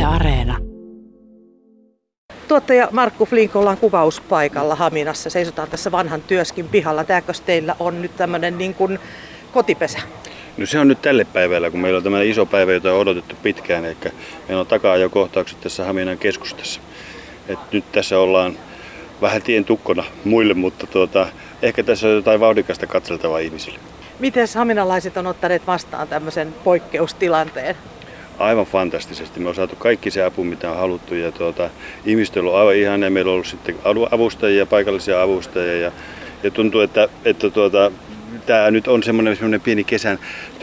Areena. Tuottaja Markku Flink, ollaan kuvauspaikalla Haminassa. Seisotaan tässä vanhan työskin pihalla. Tääkös teillä on nyt tämmöinen niin kuin kotipesä? No se on nyt tälle päivällä, kun meillä on tämmöinen iso päivä, jota on odotettu pitkään. Eli meillä on taka-ajokohtaukset tässä Haminan keskustassa. Et nyt tässä ollaan vähän tien tukkona muille, mutta ehkä tässä on jotain vauhdikasta katseltavaa ihmisille. Miten haminalaiset on ottaneet vastaan tämmöisen poikkeustilanteen? Aivan fantastisesti. Me on saatu kaikki se apu, mitä on haluttu. Ja ihmiset on ollut aivan ihania. Meillä on ollut sitten avustajia, paikallisia avustajia. Ja tuntuu, että tämä nyt on semmoinen pieni kesän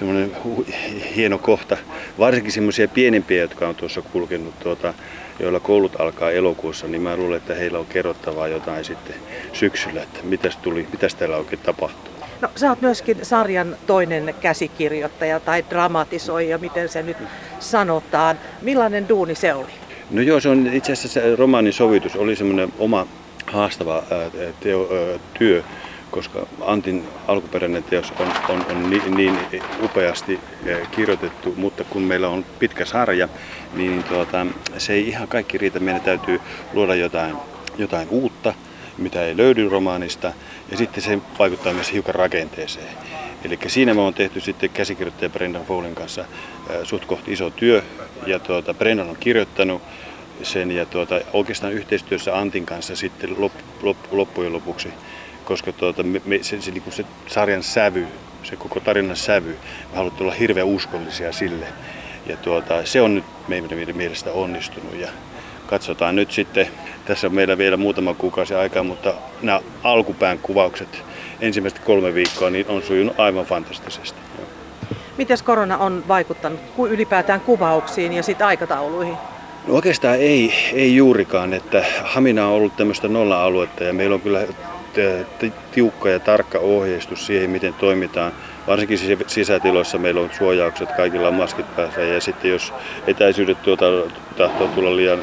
hieno kohta. Varsinkin semmoisia pienempiä, jotka on tuossa kulkenut, joilla koulut alkaa elokuussa, niin mä luulen, että heillä on kerrottavaa jotain sitten syksyllä, että mitäs täällä oikein tapahtuu. No, sä oot myöskin sarjan toinen käsikirjoittaja tai dramatisoija, miten se nyt sanotaan. Millainen duuni se oli? No joo, se on itse asiassa se romaanin sovitus oli semmoinen oma haastava työ, koska Antin alkuperäinen teos on niin upeasti kirjoitettu, mutta kun meillä on pitkä sarja, niin se ei ihan kaikki riitä. Meidän täytyy luoda jotain uutta, mitä ei löydy romaanista, ja sitten se vaikuttaa myös hiukan rakenteeseen. Eli siinä me on tehty sitten käsikirjoittaja Brendan Fowlen kanssa suht koht iso työ, ja Brendan on kirjoittanut sen, ja oikeastaan yhteistyössä Antin kanssa sitten loppujen lopuksi, koska se sarjan sävy, se koko tarinan sävy, me haluamme olla hirveän uskollisia sille. Ja se on nyt meidän mielestä onnistunut. Ja katsotaan nyt sitten, tässä on meillä vielä muutama kuukausi aikaa, mutta nämä alkupään kuvaukset, ensimmäiset 3 viikkoa, niin on sujunut aivan fantastisesti. Miten korona on vaikuttanut ylipäätään kuvauksiin ja sitten aikatauluihin? No oikeastaan ei juurikaan, että Hamina on ollut tämmöistä nolla-aluetta ja meillä on kyllä tiukka ja tarkka ohjeistus siihen, miten toimitaan. Varsinkin sisätiloissa meillä on suojaukset, kaikilla on maskit päässä ja sitten jos etäisyydet tahtoo tulla liian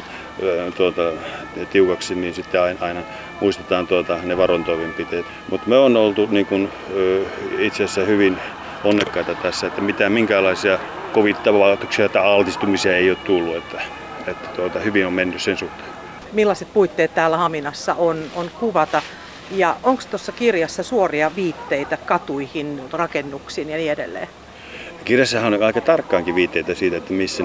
tiukaksi, niin sitten aina muistetaan ne varontoimenpiteet. Mutta me on oltu itse asiassa hyvin onnekkaita tässä, että minkäänlaisia covid-tapauksia tai altistumisia ei ole tullut, että hyvin on mennyt sen suhteen. Millaiset puitteet täällä Haminassa on kuvata? Ja onko tuossa kirjassa suoria viitteitä katuihin, rakennuksiin ja niin edelleen? Kirjassahan on aika tarkkaankin viitteitä siitä, että missä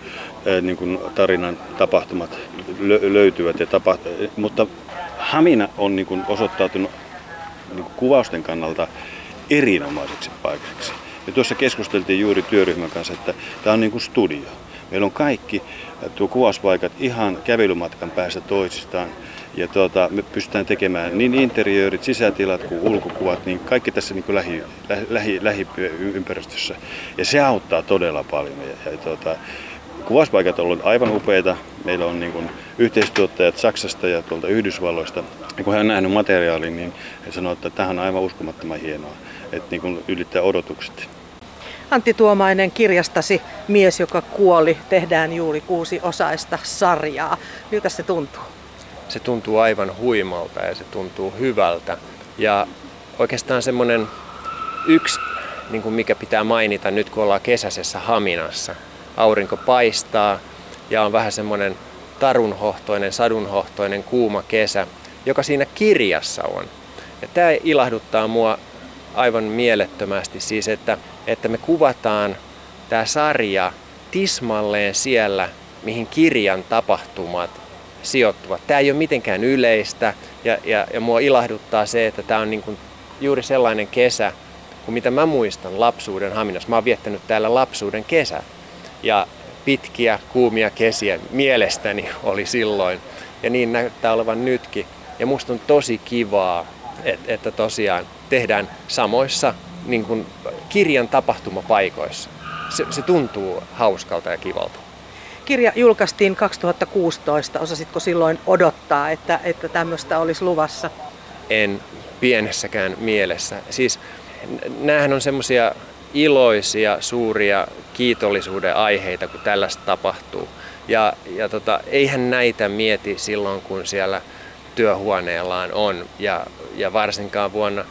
tarinan tapahtumat löytyvät. Mutta Hamina on osoittautunut kuvausten kannalta erinomaiseksi paikaksi. Ja tuossa keskusteltiin juuri työryhmän kanssa, että tämä on studio. Meillä on kaikki kuvauspaikat ihan kävelymatkan päästä toisistaan. Ja me pystytään tekemään niin interiöörit, sisätilat kuin ulkokuvat, niin kaikki tässä lähiympäristössä. Ja se auttaa todella paljon. Kuvauspaikat on ollut aivan upeita. Meillä on yhteistuottajat Saksasta ja tuolta Yhdysvalloista. Ja kun hän on nähnyt materiaalin, niin hän sanoo, että tämä on aivan uskomattoman hienoa. Että ylittää odotukset. Antti Tuomainen, kirjastasi Mies, joka kuoli, tehdään juuri 6-osaista sarjaa. Miltä se tuntuu? Se tuntuu aivan huimalta ja se tuntuu hyvältä. Ja oikeastaan semmoinen yksi, mikä pitää mainita nyt kun ollaan kesäisessä Haminassa. Aurinko paistaa ja on vähän semmoinen tarunhohtoinen, sadunhohtoinen, kuuma kesä, joka siinä kirjassa on. Ja tämä ilahduttaa mua aivan mielettömästi siis, että me kuvataan tämä sarja tismalleen siellä, mihin kirjan tapahtumat sijoittuvat. Tämä ei ole mitenkään yleistä ja mua ilahduttaa se, että tämä on juuri sellainen kesä, kuin mitä mä muistan lapsuuden Haminassa. Mä oon viettänyt täällä lapsuuden kesät ja pitkiä kuumia kesiä mielestäni oli silloin ja niin näyttää olevan nytkin. Ja musta on tosi kivaa, että tosiaan tehdään samoissa kirjan tapahtumapaikoissa. Se tuntuu hauskalta ja kivalta. Kirja julkaistiin 2016. Osasitko silloin odottaa, että tämmöistä olisi luvassa? En pienessäkään mielessä. Siis näähän on semmoisia iloisia, suuria kiitollisuuden aiheita, kun tällaista tapahtuu. Ja eihän näitä mieti silloin, kun siellä työhuoneellaan on. Ja varsinkaan vuonna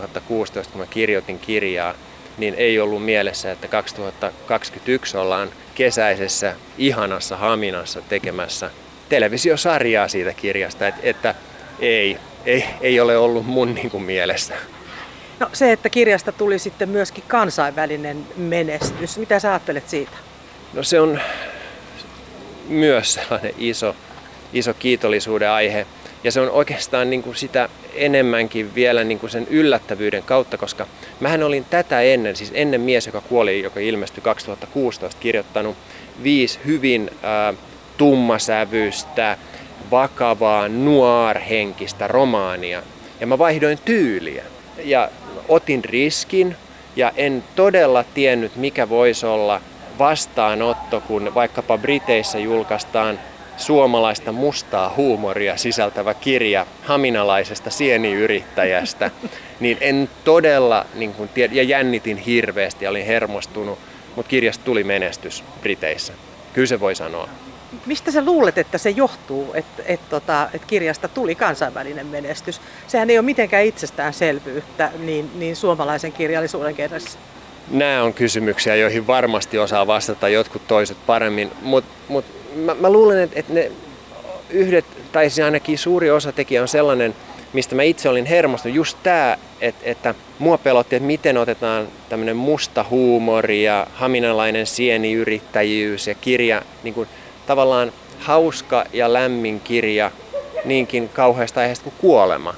2015-2016, kun mä kirjoitin kirjaa, niin ei ollut mielessä, että 2021 ollaan kesäisessä, ihanassa Haminassa tekemässä televisiosarjaa siitä kirjasta, että ei ole ollut mun niin kuin mielessä. No se, että kirjasta tuli sitten myöskin kansainvälinen menestys. Mitä sä ajattelet siitä? No se on myös sellainen iso kiitollisuuden aihe. Ja se on oikeastaan niin kuin sitä enemmänkin vielä niin kuin sen yllättävyyden kautta, koska mähän olin tätä ennen, siis ennen Mies, joka kuoli, joka ilmestyi 2016, kirjoittanut 5 hyvin tummasävyistä, vakavaa, noir-henkistä romaania. Ja mä vaihdoin tyyliä ja otin riskin ja en todella tiennyt, mikä voisi olla vastaanotto, kun vaikkapa Briteissä julkaistaan suomalaista mustaa huumoria sisältävä kirja haminalaisesta sieniyrittäjästä, niin en todella niin kuin ja jännitin hirveästi ja olin hermostunut, mutta kirjasta tuli menestys Briteissä. Kyllä se voi sanoa. Mistä sä luulet, että se johtuu, että kirjasta tuli kansainvälinen menestys? Sehän ei ole mitenkään itsestäänselvyyttä niin suomalaisen kirjallisuuden kenessä. Nämä on kysymyksiä, joihin varmasti osaa vastata jotkut toiset paremmin, mutta mä luulen, että ne yhdet, tai siis ainakin suuri osa tekijä on sellainen, mistä mä itse olin hermostunut. Just tämä, että mua pelotti, että miten otetaan tämmöinen musta huumori ja haminalainen sieniyrittäjyys ja kirja, niin kuin tavallaan hauska ja lämmin kirja niinkin kauheasta aiheesta kuin kuolema.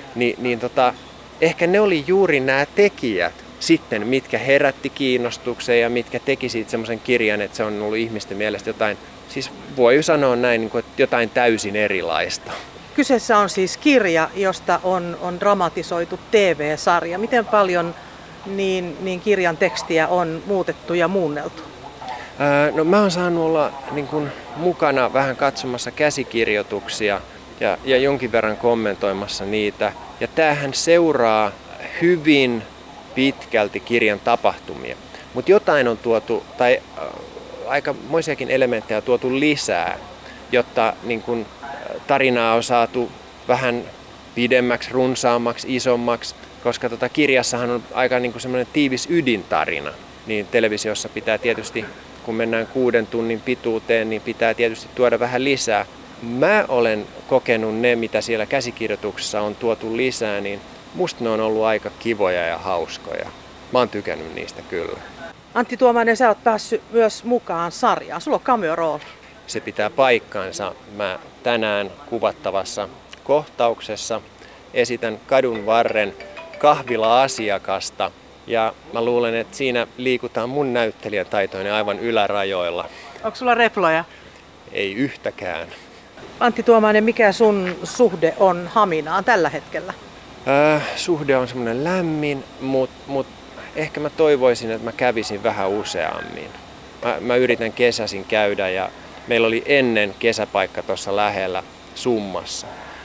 Ehkä ne oli juuri nämä tekijät sitten, mitkä herätti kiinnostuksen ja mitkä teki siitä semmoisen kirjan, että se on ollut ihmisten mielestä jotain, siis voi sanoa näin, niin kuin, että jotain täysin erilaista. Kyseessä on siis kirja, josta on dramatisoitu TV-sarja. Miten paljon niin kirjan tekstiä on muutettu ja muunneltu? No mä oon saanut olla niin kuin mukana vähän katsomassa käsikirjoituksia ja jonkin verran kommentoimassa niitä. Ja tämähän seuraa hyvin pitkälti kirjan tapahtumia. Mutta jotain on tuotu, tai aikamoisiakin elementtejä on tuotu lisää, jotta niin kun, tarinaa on saatu vähän pidemmäksi, runsaammaksi, isommaksi, koska kirjassahan on aika niin kun semmoinen tiivis ydintarina. Niin televisiossa pitää tietysti, kun mennään 6 tunnin pituuteen, niin pitää tietysti tuoda vähän lisää. Mä olen kokenut ne, mitä siellä käsikirjoituksessa on tuotu lisää, niin musta ne on ollut aika kivoja ja hauskoja. Mä oon tykännyt niistä kyllä. Antti Tuomainen, sä oot päässyt myös mukaan sarjaan. Sulla on cameo-rooli. Se pitää paikkansa. Mä tänään kuvattavassa kohtauksessa esitän kadun varren kahvila-asiakasta. Ja mä luulen, että siinä liikutaan mun näyttelijätaitoinen aivan ylärajoilla. Onko sulla reploja? Ei yhtäkään. Antti Tuomainen, mikä sun suhde on Haminaan tällä hetkellä? Suhde on semmoinen lämmin, mutta ehkä mä toivoisin, että mä kävisin vähän useammin. Mä yritän kesäisin käydä ja meillä oli ennen kesäpaikka tuossa lähellä Summassa.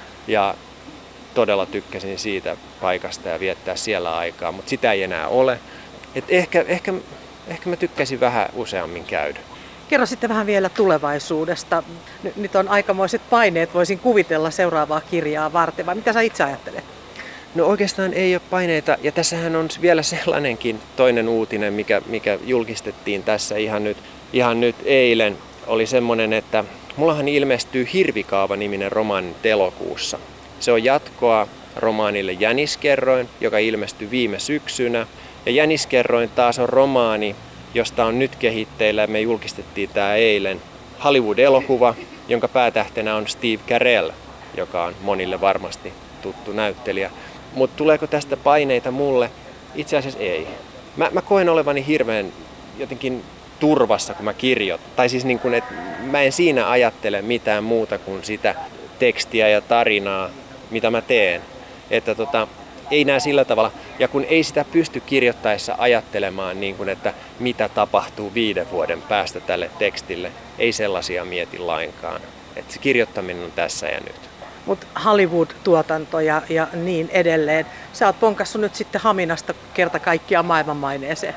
Ja todella tykkäsin siitä paikasta ja viettää siellä aikaa, mutta sitä ei enää ole. Et ehkä mä tykkäisin vähän useammin käydä. Kerro sitten vähän vielä tulevaisuudesta. Nyt on aikamoiset paineet, voisin kuvitella seuraavaa kirjaa varten, vai mitä sä itse ajattelet? No oikeastaan ei ole paineita, ja tässähän on vielä sellainenkin toinen uutinen, mikä julkistettiin tässä ihan nyt eilen, oli semmoinen, että mullahan ilmestyy Hirvikaava-niminen romaani elokuussa. Se on jatkoa romaanille Jäniskerroin, joka ilmestyi viime syksynä, ja Jäniskerroin taas on romaani, josta on nyt kehitteillä, me julkistettiin tämä eilen, Hollywood-elokuva, jonka päätähtenä on Steve Carell, joka on monille varmasti tuttu näyttelijä. Mutta tuleeko tästä paineita mulle? Itse asiassa ei. Mä koen olevani hirveän jotenkin turvassa, kun mä kirjoitan. Tai siis niin kun, että mä en siinä ajattele mitään muuta kuin sitä tekstiä ja tarinaa, mitä mä teen. Että ei näe sillä tavalla. Ja kun ei sitä pysty kirjoittaessa ajattelemaan, niin kun, että mitä tapahtuu 5 vuoden päästä tälle tekstille, ei sellaisia mieti lainkaan. Että se kirjoittaminen on tässä ja nyt. Mutta Hollywood-tuotanto ja niin edelleen. Sä oot ponkassut nyt sitten Haminasta kerta kaikkiaan maailmanmaineeseen.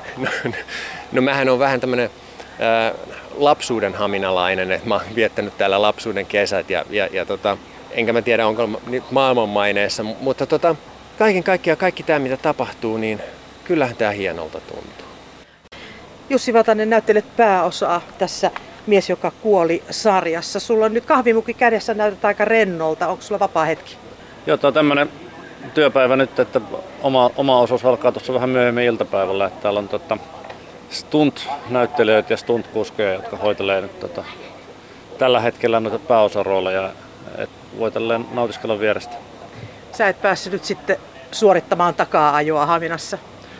No mähän on vähän tämmönen lapsuuden haminalainen, että mä oon viettänyt täällä lapsuuden kesät ja enkä mä tiedä onko maailmanmaineessa, mutta kaiken kaikkiaan kaikki tämä mitä tapahtuu, niin kyllähän tää hienolta tuntuu. Jussi Vatanen, näyttelet pääosaa tässä Mies, joka kuoli -sarjassa. Sulla on nyt kahvimukki kädessä, näytät aika rennolta. Onko sulla vapaa hetki? Joo, tämä on tämmöinen työpäivä nyt, että oma osuus alkaa tuossa vähän myöhemmin iltapäivällä. Että täällä on stunt-näyttelijöitä ja stunt-kuskeja, jotka hoitelee nyt tällä hetkellä noita pääosarooleja. Voi tälleen nautiskella vierestä. Sä et päässyt nyt sitten suorittamaan takaa-ajoa Haminassa.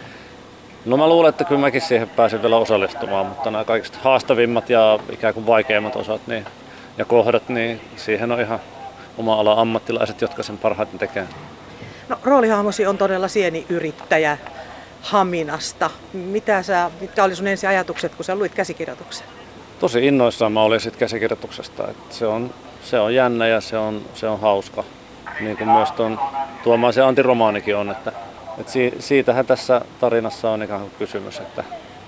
No mä luulen, että kyllä mäkin siihen pääsin vielä osallistumaan, mutta nämä kaikista haastavimmat ja ikään kuin vaikeimmat osat ja kohdat, niin siihen on ihan oma alan ammattilaiset, jotka sen parhaiten tekee. No, roolihahmosi on todella sieniyrittäjä Haminasta. Mitkä oli sun ensi ajatukset, kun sä luit käsikirjoituksen? Tosi innoissaan mä olin siitä käsikirjoituksesta. Että se on jännä ja se on hauska. Niin kuin myös Tuomaisen Antin romaanikin on. Että siitähän tässä tarinassa on ikään kuin kysymys. Että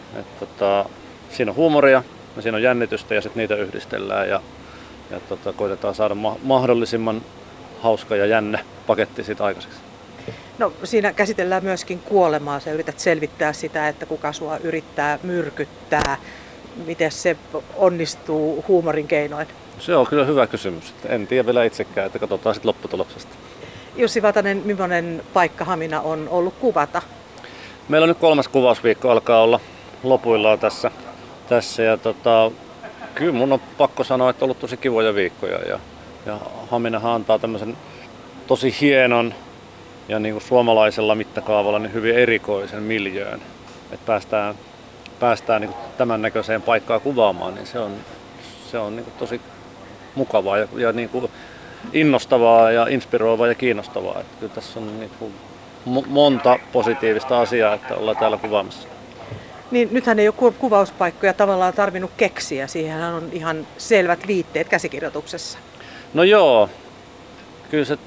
siinä on huumoria ja siinä on jännitystä ja sitten niitä yhdistellään. Ja koitetaan saada mahdollisimman hauska ja jännä paketti siitä aikaiseksi. No, siinä käsitellään myöskin kuolemaa. Sä yrität selvittää sitä, että kuka sua yrittää myrkyttää. Miten se onnistuu huumorin keinoin? Se on kyllä hyvä kysymys. En tiedä vielä itsekään, että katsotaan sitten lopputuloksesta. Jussi Vatanen, millainen paikka Hamina on ollut kuvata? Meillä on nyt 3. kuvausviikko alkaa olla lopuillaan tässä ja kyllä mun on pakko sanoa, että on ollut tosi kivoja viikkoja ja Haminahan antaa tämmöisen tosi hienon ja niin kuin suomalaisella mittakaavalla niin hyvin erikoisen miljöön, että päästään niin kuin tämän näköiseen paikkaan kuvaamaan, niin se on niin kuin tosi mukavaa ja niin kuin innostavaa ja inspiroivaa ja kiinnostavaa. Että kyllä tässä on niin kuin monta positiivista asiaa, että ollaan täällä kuvaamassa. Niin, nythän ei ole kuvauspaikkoja tavallaan tarvinnut keksiä. Siihenhän on ihan selvät viitteet käsikirjoituksessa. No joo, kyllä se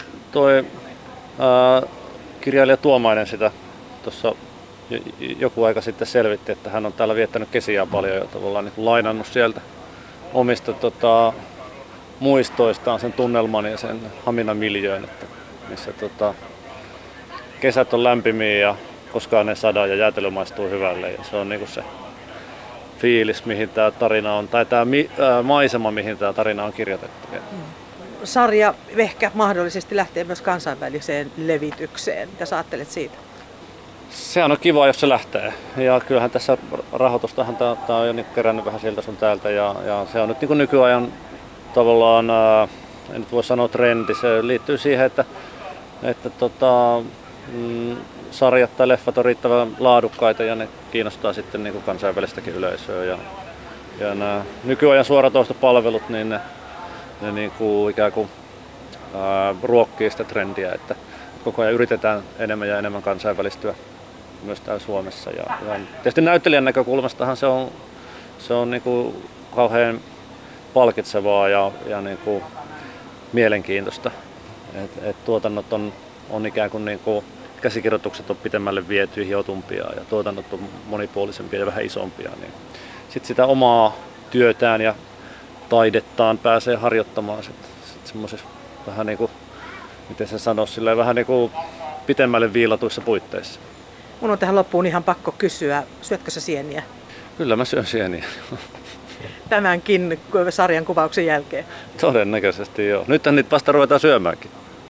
kirjailija Tuomainen sitä tuossa joku aika sitten selvitti, että hän on täällä viettänyt kesiään paljon ja tavallaan niin kuin lainannut sieltä omista muistoistaan sen tunnelman ja sen Haminan miljöön, että missä kesät on lämpimiä ja koskaan ei sada ja jäätelö maistuu hyvälle. Ja se on niinku se fiilis, mihin tämä tarina on, tai tämä maisema, mihin tämä tarina on kirjoitettu. Sarja ehkä mahdollisesti lähtee myös kansainväliseen levitykseen. Mitä sä ajattelet siitä? Sehän on kiva, jos se lähtee. Ja kyllähän tässä rahoitustahan tämä on jo niin kerännyt vähän sieltä sun täältä. Ja se on nyt niin kuin nykyajan tavallaan, en nyt voi sanoa trendi, se liittyy siihen, että sarjat tai leffat on riittävän laadukkaita ja ne kiinnostaa sitten niin kuin kansainvälistäkin yleisöä. Ja nämä nykyajan suoratoistopalvelut, niin ne niin kuin ikään kuin ruokkii sitä trendiä, että koko ajan yritetään enemmän ja enemmän kansainvälistyä myös täällä Suomessa. Ja tietysti näyttelijän näkökulmastahan se on niin kuin kauhean palkitsevaa ja niin kuin mielenkiintoista. Et tuotannot on ikään kuin käsikirjoitukset on pitemmälle viety, hiotumpia ja tuotannot on monipuolisempia ja vähän isompia. Niin sitten sitä omaa työtään ja taidettaan pääsee harjoittamaan sit semmoisessa vähän niin kuin, miten se sanoisi, silleen vähän niin kuin pitemmälle viilatuissa puitteissa. Mun on tähän loppuun ihan pakko kysyä, syötkö sä sieniä? Kyllä mä syön sieniä. Tämänkin sarjan kuvauksen jälkeen. Todennäköisesti joo. Nythän niitä vasta ruvetaan syömäänkin.